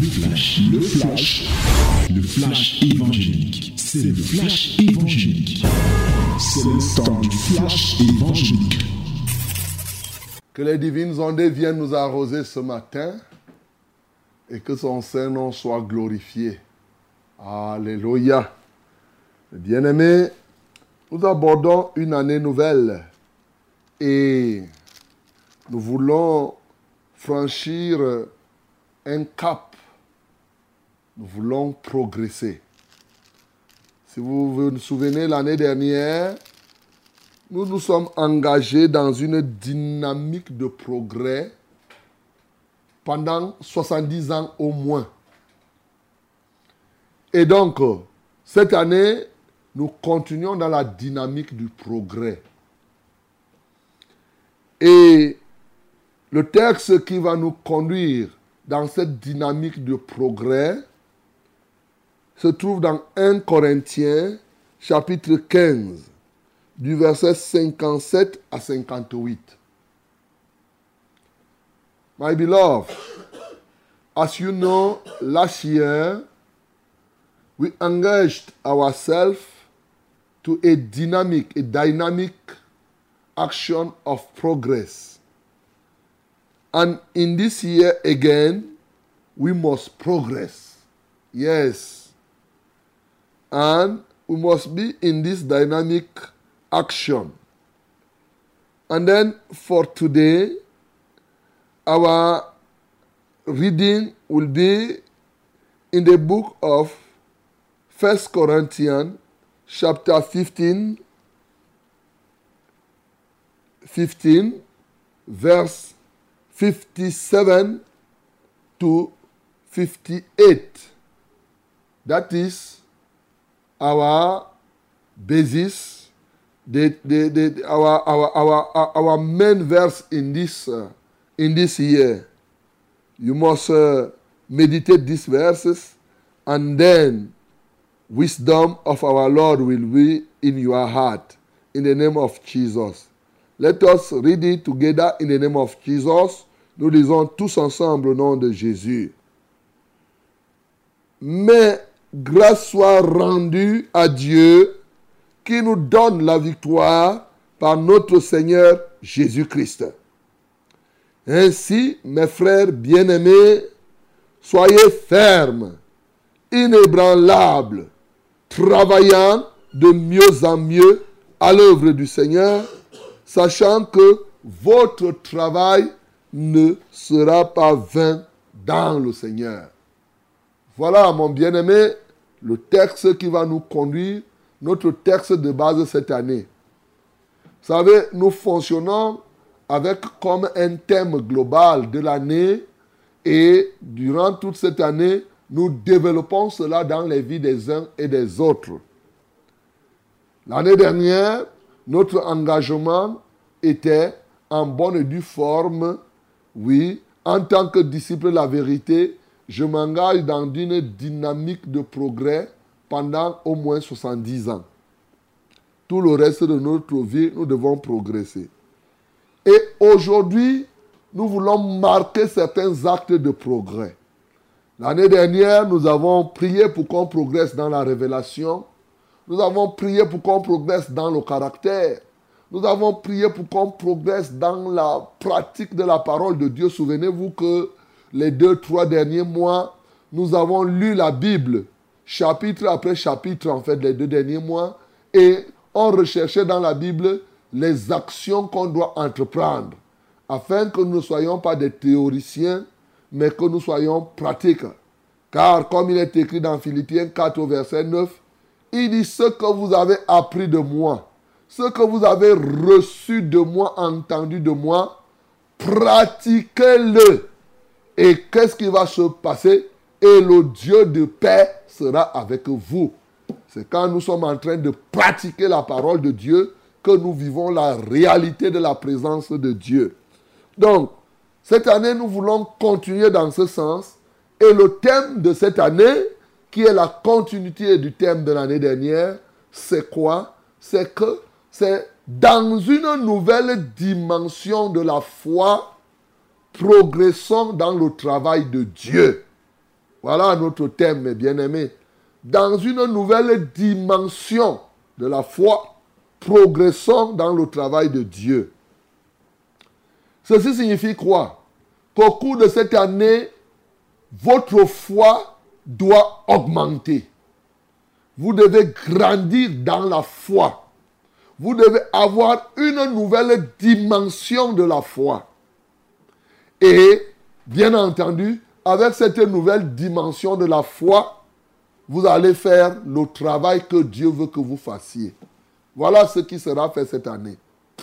le flash évangélique. C'est le flash évangélique. C'est le temps du flash évangélique. Que les divines ondes viennent nous arroser ce matin et que son Saint-Nom soit glorifié. Alléluia. Bien-aimés, nous abordons une année nouvelle et nous voulons franchir un cap. Nous voulons progresser. Si vous vous souvenez, l'année dernière, nous nous sommes engagés dans une dynamique de progrès pendant 70 ans au moins. Et donc, cette année, nous continuons dans la dynamique du progrès. Et le texte qui va nous conduire dans cette dynamique de progrès se trouve dans 1 Corinthiens, chapitre 15, du verset 57 à 58. My beloved, as you know, last year, we engaged ourselves to a dynamic action of progress. And in this year again, we must progress. Yes. And we must be in this dynamic action. And then for today, our reading will be in the book of 1 Corinthians, chapter 15, verse 57 to 58. That is our basis, our main verse in this year. You must meditate these verses, and then wisdom of our Lord will be in your heart. In the name of Jesus. Let us read it together in the name of Jesus. Nous lisons tous ensemble au nom de Jésus. Mais grâce soit rendue à Dieu qui nous donne la victoire par notre Seigneur Jésus-Christ. Ainsi, mes frères bien-aimés, soyez fermes, inébranlables, travaillant de mieux en mieux à l'œuvre du Seigneur, sachant que votre travail ne sera pas vain dans le Seigneur. Voilà, mon bien-aimé, le texte qui va nous conduire, notre texte de base cette année. Vous savez, nous fonctionnons avec comme un thème global de l'année et durant toute cette année, nous développons cela dans les vies des uns et des autres. L'année dernière, notre engagement était en bonne et due forme. Oui, en tant que disciple de la vérité, je m'engage dans une dynamique de progrès pendant au moins 70 ans. Tout le reste de notre vie, nous devons progresser. Et aujourd'hui, nous voulons marquer certains actes de progrès. L'année dernière, nous avons prié pour qu'on progresse dans la révélation. Nous avons prié pour qu'on progresse dans le caractère. Nous avons prié pour qu'on progresse dans la pratique de la parole de Dieu. Souvenez-vous que les 2-3 derniers mois, nous avons lu la Bible, chapitre après chapitre, en fait, les 2 derniers mois, et on recherchait dans la Bible les actions qu'on doit entreprendre, afin que nous ne soyons pas des théoriciens, mais que nous soyons pratiques. Car, comme il est écrit dans Philippiens 4 au verset 9, il dit « Ce que vous avez appris de moi, ce que vous avez reçu de moi, entendu de moi, pratiquez-le. Et qu'est-ce qui va se passer? Et le Dieu de paix sera avec vous. » C'est quand nous sommes en train de pratiquer la parole de Dieu que nous vivons la réalité de la présence de Dieu. Donc, cette année, nous voulons continuer dans ce sens. Et le thème de cette année, qui est la continuité du thème de l'année dernière, c'est quoi? C'est que c'est dans une nouvelle dimension de la foi, progressons dans le travail de Dieu. Voilà notre thème, mes bien-aimés. Dans une nouvelle dimension de la foi, progressons dans le travail de Dieu. Ceci signifie quoi? Qu'au cours de cette année, votre foi doit augmenter. Vous devez grandir dans la foi. Vous devez avoir une nouvelle dimension de la foi. Et, bien entendu, avec cette nouvelle dimension de la foi, vous allez faire le travail que Dieu veut que vous fassiez. Voilà ce qui sera fait cette année.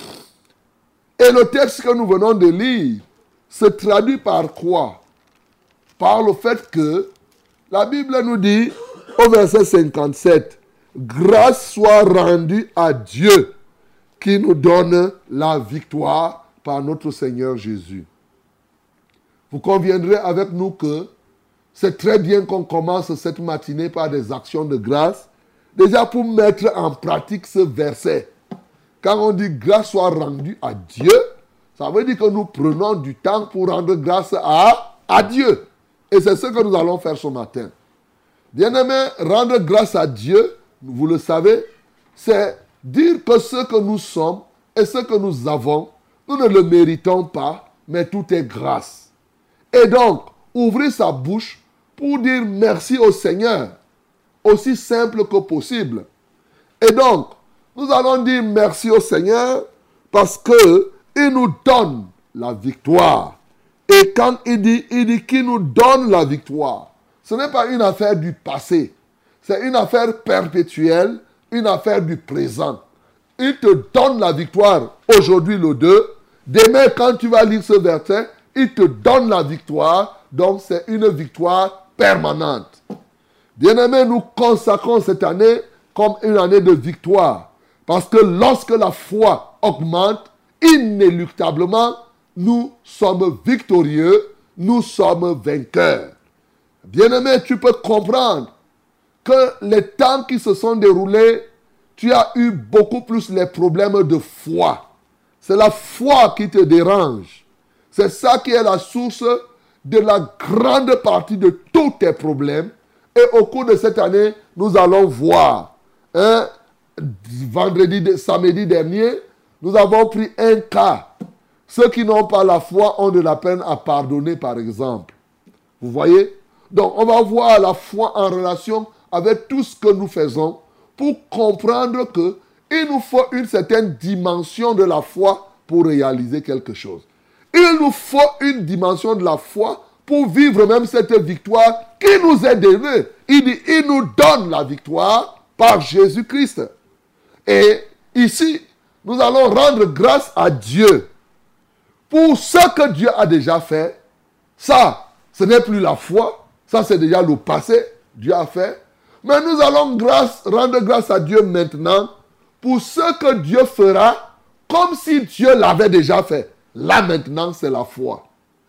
Et le texte que nous venons de lire se traduit par quoi? Par le fait que la Bible nous dit au verset 57, « Grâce soit rendue à Dieu qui nous donne la victoire par notre Seigneur Jésus. » Vous conviendrez avec nous que c'est très bien qu'on commence cette matinée par des actions de grâce, déjà pour mettre en pratique ce verset. Quand on dit grâce soit rendue à Dieu, ça veut dire que nous prenons du temps pour rendre grâce à Dieu. Et c'est ce que nous allons faire ce matin. Bien-aimés, rendre grâce à Dieu, vous le savez, c'est dire que ce que nous sommes et ce que nous avons, nous ne le méritons pas, mais tout est grâce. Et donc, ouvrir sa bouche pour dire merci au Seigneur, aussi simple que possible. Et donc, nous allons dire merci au Seigneur parce qu'il nous donne la victoire. Et quand il dit qu'il nous donne la victoire, ce n'est pas une affaire du passé. C'est une affaire perpétuelle, une affaire du présent. Il te donne la victoire aujourd'hui le 2. Demain, quand tu vas lire ce verset, il te donne la victoire. Donc, c'est une victoire permanente. Bien-aimés, nous consacrons cette année comme une année de victoire. Parce que lorsque la foi augmente, inéluctablement, nous sommes victorieux, nous sommes vainqueurs. Bien-aimé, tu peux comprendre que les temps qui se sont déroulés, tu as eu beaucoup plus les problèmes de foi. C'est la foi qui te dérange. C'est ça qui est la source de la grande partie de tous tes problèmes. Et au cours de cette année, nous allons voir. Samedi dernier, nous avons pris un cas. Ceux qui n'ont pas la foi ont de la peine à pardonner, par exemple. Vous voyez? Donc, on va voir la foi en relation avec tout ce que nous faisons pour comprendre qu'il nous faut une certaine dimension de la foi pour réaliser quelque chose. Il nous faut une dimension de la foi pour vivre même cette victoire qui nous est donnée. Il dit, il nous donne la victoire par Jésus-Christ. Et ici, nous allons rendre grâce à Dieu pour ce que Dieu a déjà fait. Ça, ce n'est plus la foi. Ça, c'est déjà le passé. Dieu a fait. Mais nous allons rendre grâce à Dieu maintenant pour ce que Dieu fera comme si Dieu l'avait déjà fait. Là maintenant, c'est la foi.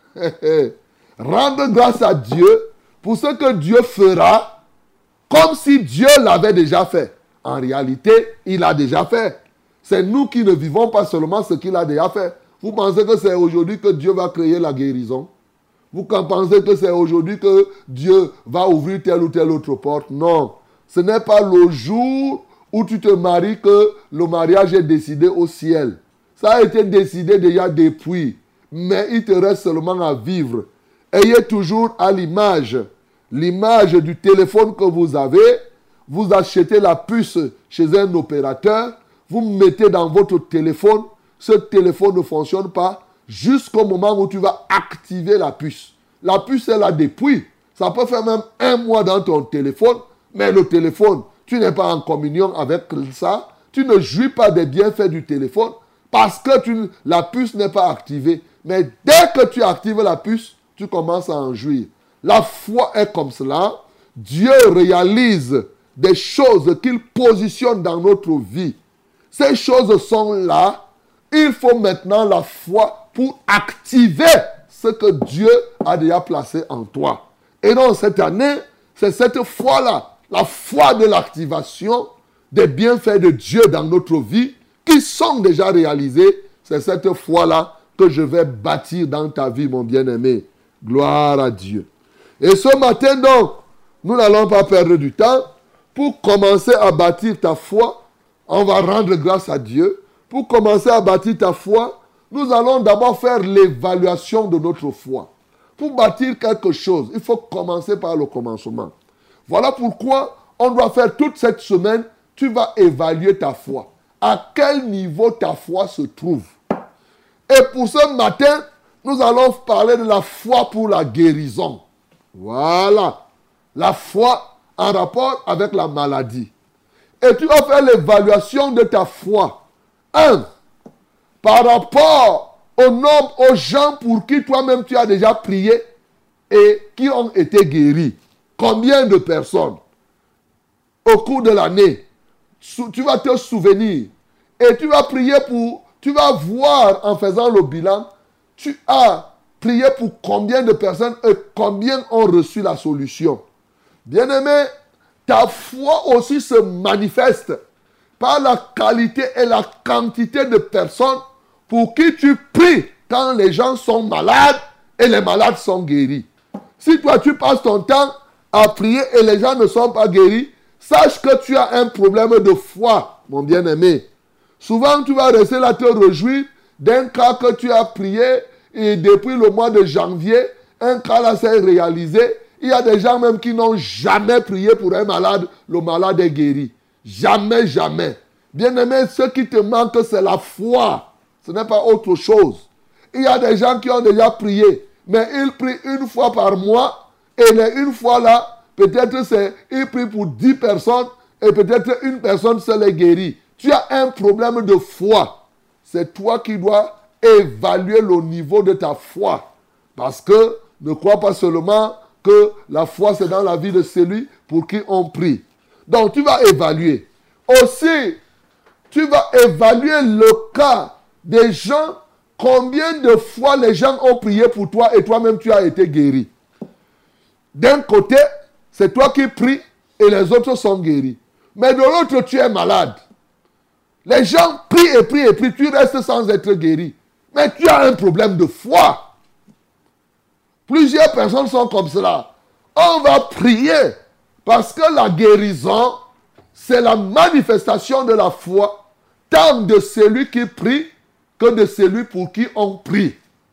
Rendre grâce à Dieu pour ce que Dieu fera comme si Dieu l'avait déjà fait. En réalité, il a déjà fait. C'est nous qui ne vivons pas seulement ce qu'il a déjà fait. Vous pensez que c'est aujourd'hui que Dieu va créer la guérison? Vous pensez que c'est aujourd'hui que Dieu va ouvrir telle ou telle autre porte? Non. Ce n'est pas le jour où tu te maries que le mariage est décidé au ciel. Ça a été décidé déjà depuis. Mais il te reste seulement à vivre. Ayez toujours à l'image du téléphone que vous avez. Vous achetez la puce chez un opérateur. Vous mettez dans votre téléphone. Ce téléphone ne fonctionne pas jusqu'au moment où tu vas activer la puce. La puce est là depuis. Ça peut faire même 1 mois dans ton téléphone. Mais le téléphone, tu n'es pas en communion avec ça. Tu ne jouis pas des bienfaits du téléphone parce que la puce n'est pas activée. Mais dès que tu actives la puce, tu commences à en jouir. La foi est comme cela. Dieu réalise des choses qu'il positionne dans notre vie. Ces choses sont là. Il faut maintenant la foi pour activer ce que Dieu a déjà placé en toi. Et donc cette année, c'est cette foi-là, la foi de l'activation des bienfaits de Dieu dans notre vie qui sont déjà réalisés. C'est cette foi-là que je vais bâtir dans ta vie, mon bien-aimé. Gloire à Dieu. Et ce matin donc, nous n'allons pas perdre du temps. Pour commencer à bâtir ta foi, on va rendre grâce à Dieu. Pour commencer à bâtir ta foi, nous allons d'abord faire l'évaluation de notre foi. Pour bâtir quelque chose, il faut commencer par le commencement. Voilà pourquoi on doit faire toute cette semaine, tu vas évaluer ta foi. À quel niveau ta foi se trouve. Et pour ce matin, nous allons parler de la foi pour la guérison. Voilà. La foi en rapport avec la maladie. Et tu vas faire l'évaluation de ta foi. 1. Par rapport au nombre, aux gens pour qui toi-même tu as déjà prié et qui ont été guéris. Combien de personnes au cours de l'année, tu vas te souvenir et tu vas prier pour, tu vas voir en faisant le bilan, tu as prié pour combien de personnes et combien ont reçu la solution. Bien-aimé, ta foi aussi se manifeste par la qualité et la quantité de personnes pour qui tu pries quand les gens sont malades et les malades sont guéris. Si toi tu passes ton temps à prier et les gens ne sont pas guéris, sache que tu as un problème de foi, mon bien-aimé. Souvent tu vas rester là te réjouir d'un cas que tu as prié et depuis le mois de janvier, un cas là s'est réalisé. Il y a des gens même qui n'ont jamais prié pour un malade, le malade est guéri. Jamais, jamais. Bien-aimé, ce qui te manque, c'est la foi. Ce n'est pas autre chose. Il y a des gens qui ont déjà prié, mais ils prient une fois par mois, et les une fois là, peut-être ils prient pour 10 personnes, et peut-être une personne se les guérit. Tu as un problème de foi. C'est toi qui dois évaluer le niveau de ta foi. Parce que ne crois pas seulement que la foi, c'est dans la vie de celui pour qui on prie. Donc, tu vas évaluer. Aussi, tu vas évaluer le cas des gens, combien de fois les gens ont prié pour toi et toi-même tu as été guéri. D'un côté, c'est toi qui pries et les autres sont guéris. Mais de l'autre, tu es malade. Les gens prient et prient et prient, tu restes sans être guéri. Mais tu as un problème de foi. Plusieurs personnes sont comme cela. On va prier parce que la guérison, c'est la manifestation de la foi, tant de celui qui prie que de celui pour qui on prie.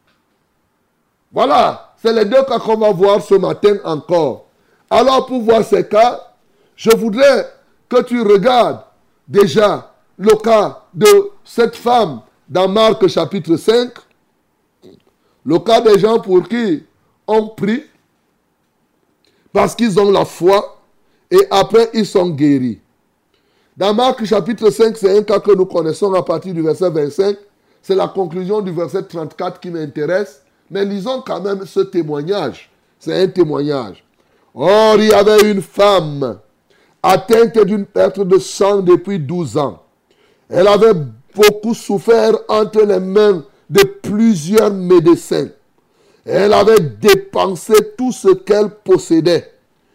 Voilà, c'est les deux cas qu'on va voir ce matin encore. Alors pour voir ces cas, je voudrais que tu regardes déjà le cas de cette femme dans Marc chapitre 5, le cas des gens pour qui on prie parce qu'ils ont la foi et après ils sont guéris. Dans Marc chapitre 5, c'est un cas que nous connaissons à partir du verset 25. C'est la conclusion du verset 34 qui m'intéresse. Mais lisons quand même ce témoignage. C'est un témoignage. Or, il y avait une femme atteinte d'une perte de sang depuis 12 ans. Elle avait beaucoup souffert entre les mains de plusieurs médecins. Elle avait dépensé tout ce qu'elle possédait.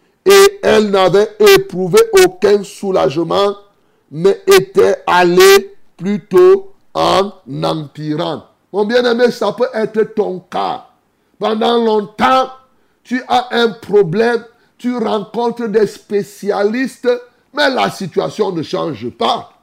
Et elle n'avait éprouvé aucun soulagement, mais était allée plutôt en empirant. Mon bien-aimé, ça peut être ton cas. Pendant longtemps, tu as un problème, tu rencontres des spécialistes, mais la situation ne change pas.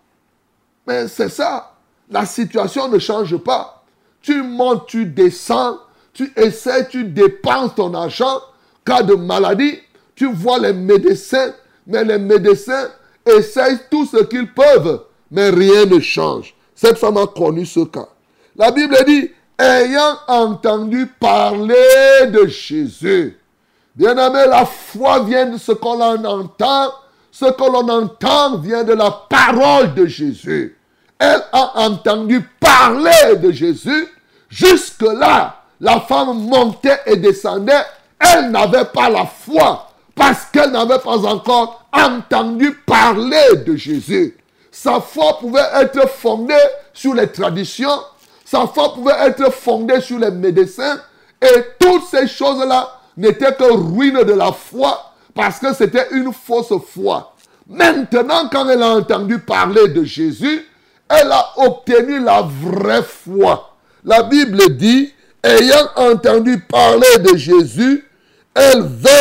Mais c'est ça, la situation ne change pas. Tu montes, tu descends, tu essaies, tu dépenses ton argent. Cas de maladie, tu vois les médecins, mais les médecins essayent tout ce qu'ils peuvent, mais rien ne change. Cette femme a connu ce cas. La Bible dit, ayant entendu parler de Jésus. Bien-aimé, la foi vient de ce qu'on entend. Ce que l'on entend vient de la parole de Jésus. Elle a entendu parler de Jésus. Jusque-là, la femme montait et descendait. Elle n'avait pas la foi parce qu'elle n'avait pas encore entendu parler de Jésus. Sa foi pouvait être fondée sur les traditions. Sa foi pouvait être fondée sur les médecins. Et toutes ces choses-là n'étaient que ruines de la foi parce que c'était une fausse foi. Maintenant, quand elle a entendu parler de Jésus, elle a obtenu la vraie foi. La Bible dit, ayant entendu parler de Jésus, elle vint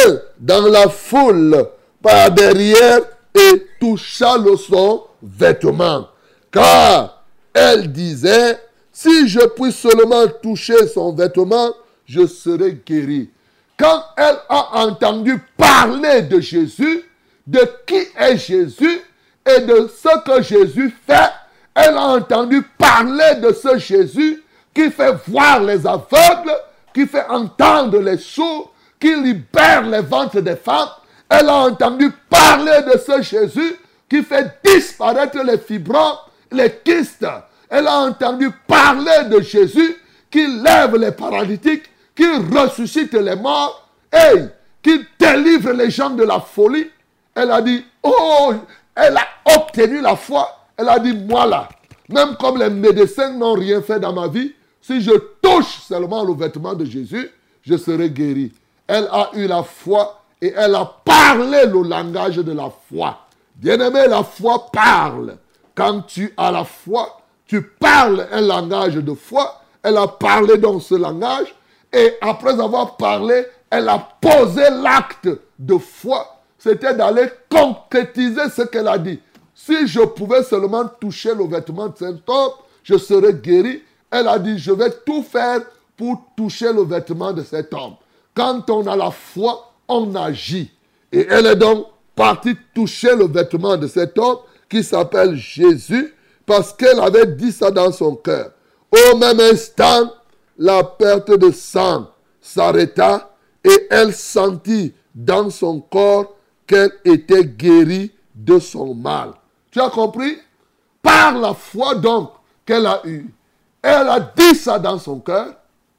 dans la foule par derrière et toucha son vêtement. Car elle disait, si je puis seulement toucher son vêtement, je serai guérie. Quand elle a entendu parler de Jésus, de qui est Jésus et de ce que Jésus fait, elle a entendu parler de ce Jésus qui fait voir les aveugles, qui fait entendre les sourds, qui libère les ventres des femmes. Elle a entendu parler de ce Jésus qui fait disparaître les fibromes, les kystes. Elle a entendu parler de Jésus qui lève les paralytiques, qui ressuscite les morts, et qui délivre les gens de la folie. Elle a dit, oh, elle a obtenu la foi. Elle a dit, moi là, même comme les médecins n'ont rien fait dans ma vie, si je touche seulement le vêtement de Jésus, je serai guéri. Elle a eu la foi et elle a parlé le langage de la foi. Bien-aimé, la foi parle. Quand tu as la foi, tu parles un langage de foi. Elle a parlé dans ce langage et après avoir parlé, elle a posé l'acte de foi. C'était d'aller concrétiser ce qu'elle a dit. Si je pouvais seulement toucher le vêtement de cet homme, je serais guéri. Elle a dit, je vais tout faire pour toucher le vêtement de cet homme. Quand on a la foi, on agit. Et elle est donc partie toucher le vêtement de cet homme qui s'appelle Jésus parce qu'elle avait dit ça dans son cœur. Au même instant, la perte de sang s'arrêta et elle sentit dans son corps qu'elle était guérie de son mal. Tu as compris? Par la foi donc qu'elle a eue. Elle a dit ça dans son cœur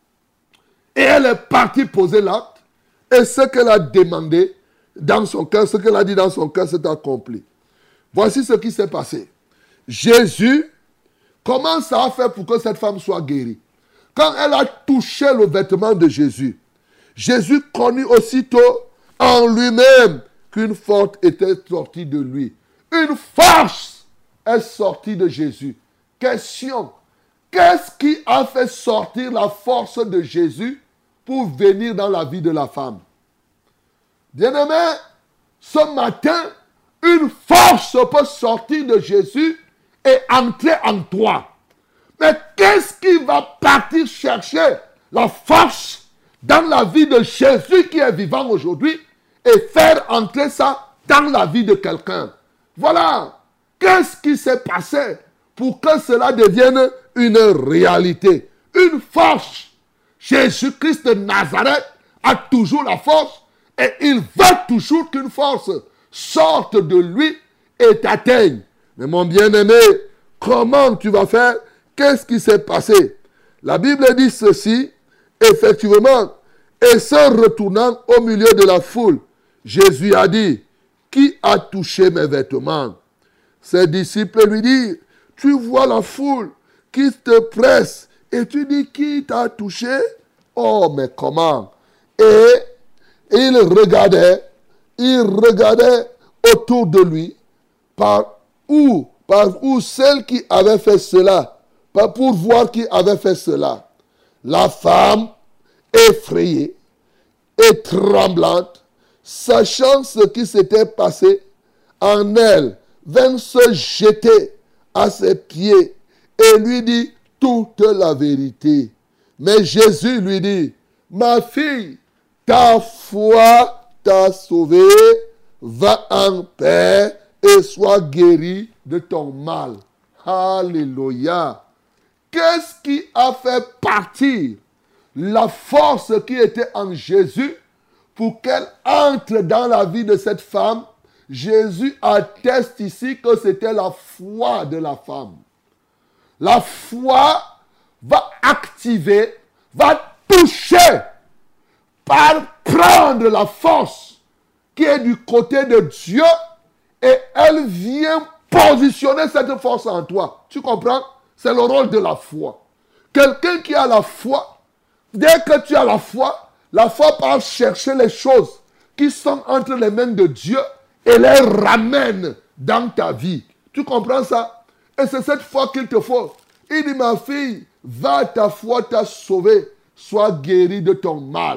et elle est partie poser l'acte et ce qu'elle a demandé dans son cœur, ce qu'elle a dit dans son cœur s'est accompli. Voici ce qui s'est passé. Jésus, comment ça a fait pour que cette femme soit guérie? Quand elle a touché le vêtement de Jésus, Jésus connut aussitôt en lui-même qu'une force était sortie de lui. Une force est sortie de Jésus. Question, qu'est-ce qui a fait sortir la force de Jésus pour venir dans la vie de la femme? Bien-aimé, ce matin, une force peut sortir de Jésus et entrer en toi. Mais qu'est-ce qui va partir chercher la force dans la vie de Jésus qui est vivant aujourd'hui et faire entrer ça dans la vie de quelqu'un? Voilà. Qu'est-ce qui s'est passé pour que cela devienne une réalité? Une force. Jésus-Christ de Nazareth a toujours la force et il veut toujours qu'une force sorte de lui et t'atteigne. Mais mon bien-aimé, comment tu vas faire? Qu'est-ce qui s'est passé? La Bible dit ceci, effectivement, et se retournant au milieu de la foule, Jésus a dit, qui a touché mes vêtements? Ses disciples lui disent, tu vois la foule qui te presse et tu dis qui t'a touché? Oh, mais comment? Et il regardait autour de lui par où celle qui avait fait cela, pour voir qui avait fait cela. La femme, effrayée et tremblante, sachant ce qui s'était passé en elle, vint se jeter à ses pieds et lui dit toute la vérité. Mais Jésus lui dit, ma fille, ta foi t'a sauvée, va en paix et sois guérie de ton mal. Alléluia. Qu'est-ce qui a fait partir la force qui était en Jésus pour qu'elle entre dans la vie de cette femme? Jésus atteste ici que c'était la foi de la femme. La foi va activer, va toucher, par prendre la force qui est du côté de Dieu et elle vient positionner cette force en toi. Tu comprends? C'est le rôle de la foi. Quelqu'un qui a la foi, dès que tu as la foi part chercher les choses qui sont entre les mains de Dieu et les ramène dans ta vie. Tu comprends ça? Et c'est cette foi qu'il te faut. Il dit, ma fille, va, ta foi t'a sauvé, sois guérie de ton mal.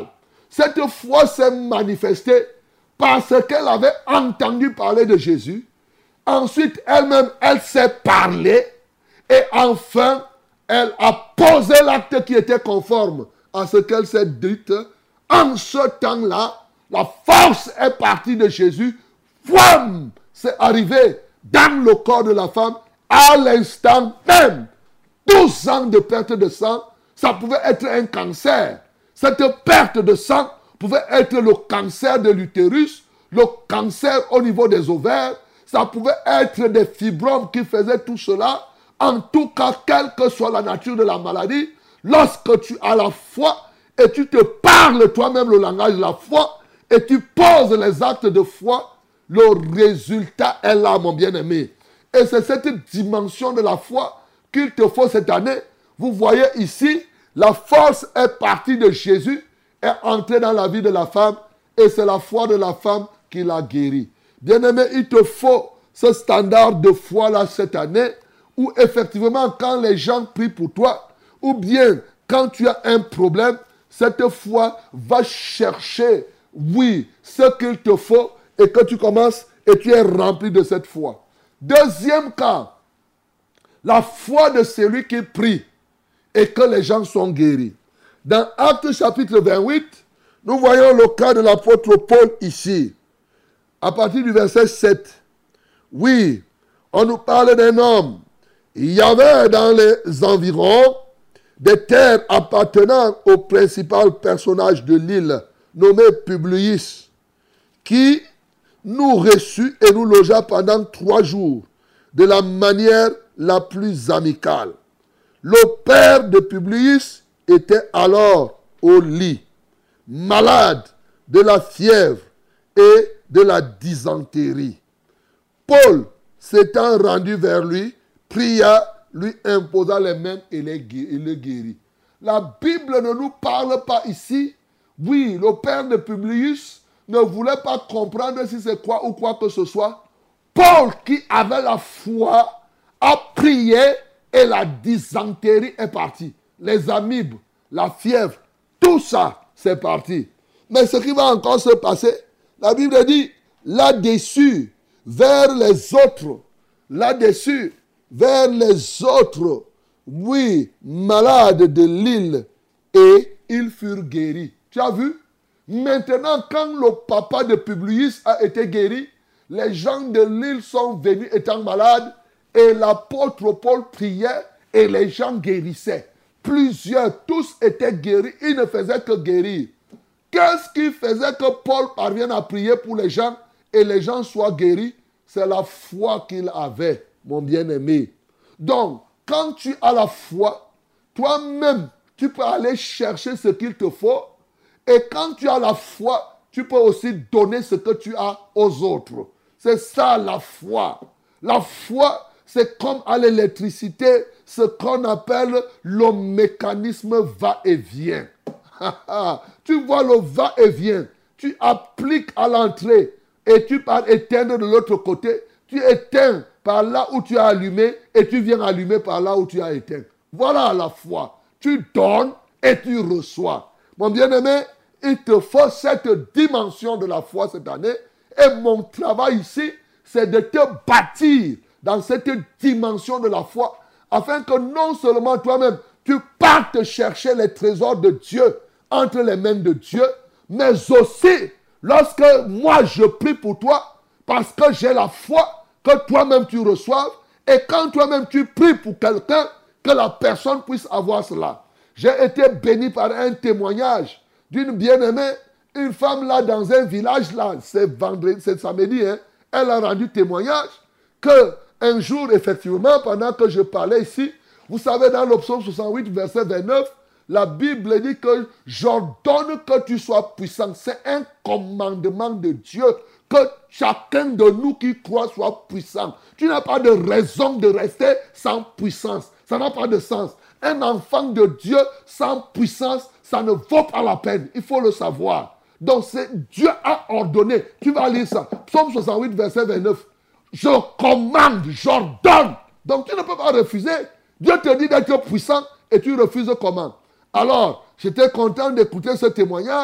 Cette foi s'est manifestée parce qu'elle avait entendu parler de Jésus. Ensuite, elle-même, elle s'est parlée. Et enfin, elle a posé l'acte qui était conforme à ce qu'elle s'est dite. En ce temps-là, la force est partie de Jésus. Fouam, c'est arrivé dans le corps de la femme à l'instant même. 12 ans de perte de sang, ça pouvait être un cancer. Cette perte de sang pouvait être le cancer de l'utérus, le cancer au niveau des ovaires. Ça pouvait être des fibromes qui faisaient tout cela. En tout cas, quelle que soit la nature de la maladie, lorsque tu as la foi et tu te parles toi-même le langage de la foi et tu poses les actes de foi, le résultat est là, mon bien-aimé. Et c'est cette dimension de la foi qu'il te faut cette année. Vous voyez ici, la force est partie de Jésus, est entrée dans la vie de la femme et c'est la foi de la femme qui l'a guérie. Bien-aimé, il te faut ce standard de foi-là cette année où effectivement quand les gens prient pour toi ou bien quand tu as un problème, cette foi va chercher, oui, ce qu'il te faut et que tu commences et tu es rempli de cette foi. Deuxième cas, la foi de celui qui prie et que les gens sont guéris. Dans Actes chapitre 28, nous voyons le cas de l'apôtre Paul ici. À partir du verset 7. Oui, on nous parle d'un homme. Il y avait dans les environs des terres appartenant au principal personnage de l'île, nommé Publius, qui nous reçut et nous logea pendant 3 jours, de la manière la plus amicale. Le père de Publius était alors au lit, malade de la fièvre et de la dysenterie. Paul, s'étant rendu vers lui, pria, lui imposa les mains et le guérit. La Bible ne nous parle pas ici. Oui, le père de Publius ne voulait pas comprendre si c'est quoi ou quoi que ce soit. Paul, qui avait la foi, a prié et la dysenterie est partie. Les amibes, la fièvre, tout ça, c'est parti. Mais ce qui va encore se passer, la Bible dit, là-dessus, vers les autres, oui, malades de l'île, et ils furent guéris. Tu as vu? Maintenant, quand le papa de Publius a été guéri, les gens de l'île sont venus étant malades, et l'apôtre Paul priait, et les gens guérissaient. Plusieurs, tous étaient guéris, ils ne faisaient que guérir. Qu'est-ce qui faisait que Paul parvienne à prier pour les gens et les gens soient guéris? C'est la foi qu'il avait, mon bien-aimé. Donc, quand tu as la foi, toi-même, tu peux aller chercher ce qu'il te faut. Et quand tu as la foi, tu peux aussi donner ce que tu as aux autres. C'est ça la foi. La foi, c'est comme à l'électricité, ce qu'on appelle le mécanisme va-et-vient. Tu vois le va-et-vient. Tu appliques à l'entrée et tu pars éteindre de l'autre côté. Tu éteins par là où tu as allumé et tu viens allumer par là où tu as éteint. Voilà la foi. Tu donnes et tu reçois. Mon bien-aimé, il te faut cette dimension de la foi cette année. Et mon travail ici, c'est de te bâtir dans cette dimension de la foi afin que non seulement toi-même, tu partes chercher les trésors de Dieu entre les mains de Dieu, mais aussi, lorsque moi je prie pour toi, parce que j'ai la foi, que toi-même tu reçoives, et quand toi-même tu pries pour quelqu'un, que la personne puisse avoir cela. J'ai été béni par un témoignage d'une bien-aimée, une femme là dans un village là, c'est samedi, elle a rendu témoignage que un jour, effectivement, pendant que je parlais ici, vous savez, dans le psaume 68, verset 29, la Bible dit que j'ordonne que tu sois puissant. C'est un commandement de Dieu que chacun de nous qui croit soit puissant. Tu n'as pas de raison de rester sans puissance. Ça n'a pas de sens. Un enfant de Dieu sans puissance, ça ne vaut pas la peine. Il faut le savoir. Donc, Dieu a ordonné. Tu vas lire ça. Psaume 68, verset 29. Je commande, j'ordonne. Donc, tu ne peux pas refuser. Dieu te dit d'être puissant et tu refuses comment? Alors, j'étais content d'écouter ce témoignage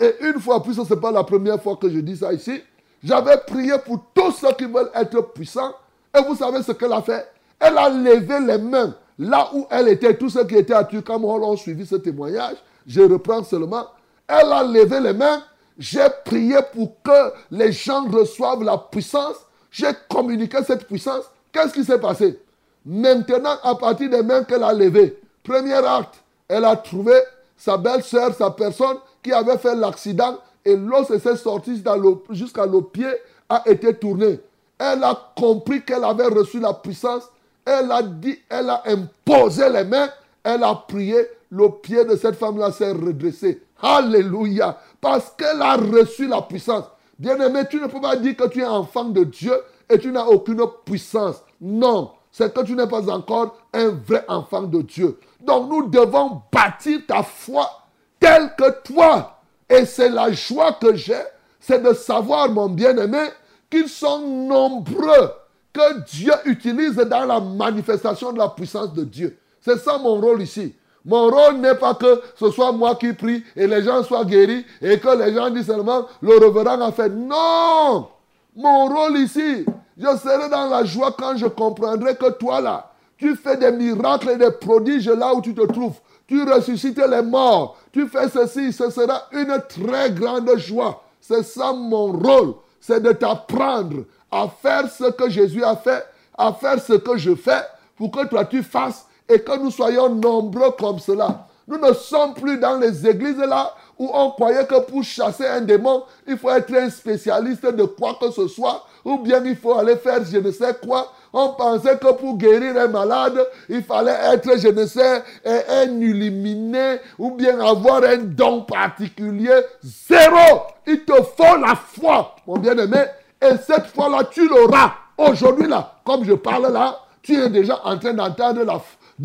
Et une fois, puisque ce n'est pas la première fois que je dis ça ici, j'avais prié pour tous ceux qui veulent être puissants. Et vous savez ce qu'elle a fait? Elle a levé les mains là où elle était. Tous ceux qui étaient à Turcamol ont suivi ce témoignage. Je reprends seulement. Elle a levé les mains. J'ai prié pour que les gens reçoivent la puissance. J'ai communiqué cette puissance. Qu'est-ce qui s'est passé? Maintenant, à partir des mains qu'elle a levées, premier acte, elle a trouvé sa belle-sœur, sa personne qui avait fait l'accident. Et lorsqu'elle s'est sortie jusqu'à le pied, a été tournée. Elle a compris qu'elle avait reçu la puissance. Elle a dit, elle a imposé les mains. Elle a prié. Le pied de cette femme-là s'est redressé. Alléluia. Parce qu'elle a reçu la puissance. Bien-aimé, tu ne peux pas dire que tu es enfant de Dieu et tu n'as aucune puissance. Non, c'est que tu n'es pas encore un vrai enfant de Dieu. Donc nous devons bâtir ta foi telle que toi. Et c'est la joie que j'ai, c'est de savoir, mon bien-aimé, qu'ils sont nombreux que Dieu utilise dans la manifestation de la puissance de Dieu. C'est ça mon rôle ici. Mon rôle n'est pas que ce soit moi qui prie et les gens soient guéris et que les gens disent seulement le reverend a fait. Non! Mon rôle ici, je serai dans la joie quand je comprendrai que toi là, tu fais des miracles et des prodiges là où tu te trouves. Tu ressuscites les morts. Tu fais ceci, ce sera une très grande joie. C'est ça mon rôle. C'est de t'apprendre à faire ce que Jésus a fait, à faire ce que je fais, pour que toi tu fasses et que nous soyons nombreux comme cela. Nous ne sommes plus dans les églises là où on croyait que pour chasser un démon, il faut être un spécialiste de quoi que ce soit, ou bien il faut aller faire je ne sais quoi. On pensait que pour guérir un malade, il fallait être, je ne sais, un illuminé ou bien avoir un don particulier. Zéro! Il te faut la foi, mon bien-aimé. Et cette foi-là, tu l'auras. Aujourd'hui, là, comme je parle là, tu es déjà en train d'entendre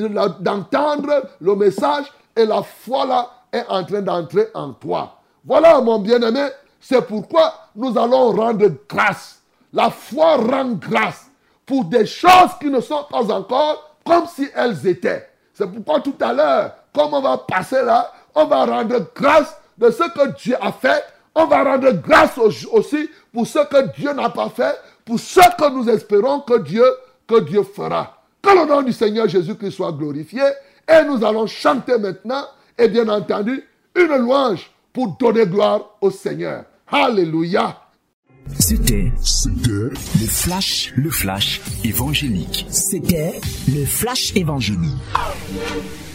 le message et la foi là est en train d'entrer en toi. Voilà, mon bien-aimé, c'est pourquoi nous allons rendre grâce. La foi rend grâce pour des choses qui ne sont pas encore comme si elles étaient. C'est pourquoi tout à l'heure, comme on va passer là, on va rendre grâce de ce que Dieu a fait. On va rendre grâce aussi pour ce que Dieu n'a pas fait, pour ce que nous espérons que Dieu fera. Que le nom du Seigneur Jésus-Christ soit glorifié. Et nous allons chanter maintenant, et bien entendu, une louange pour donner gloire au Seigneur. Alléluia. C'était le flash évangélique. C'était le flash évangélique.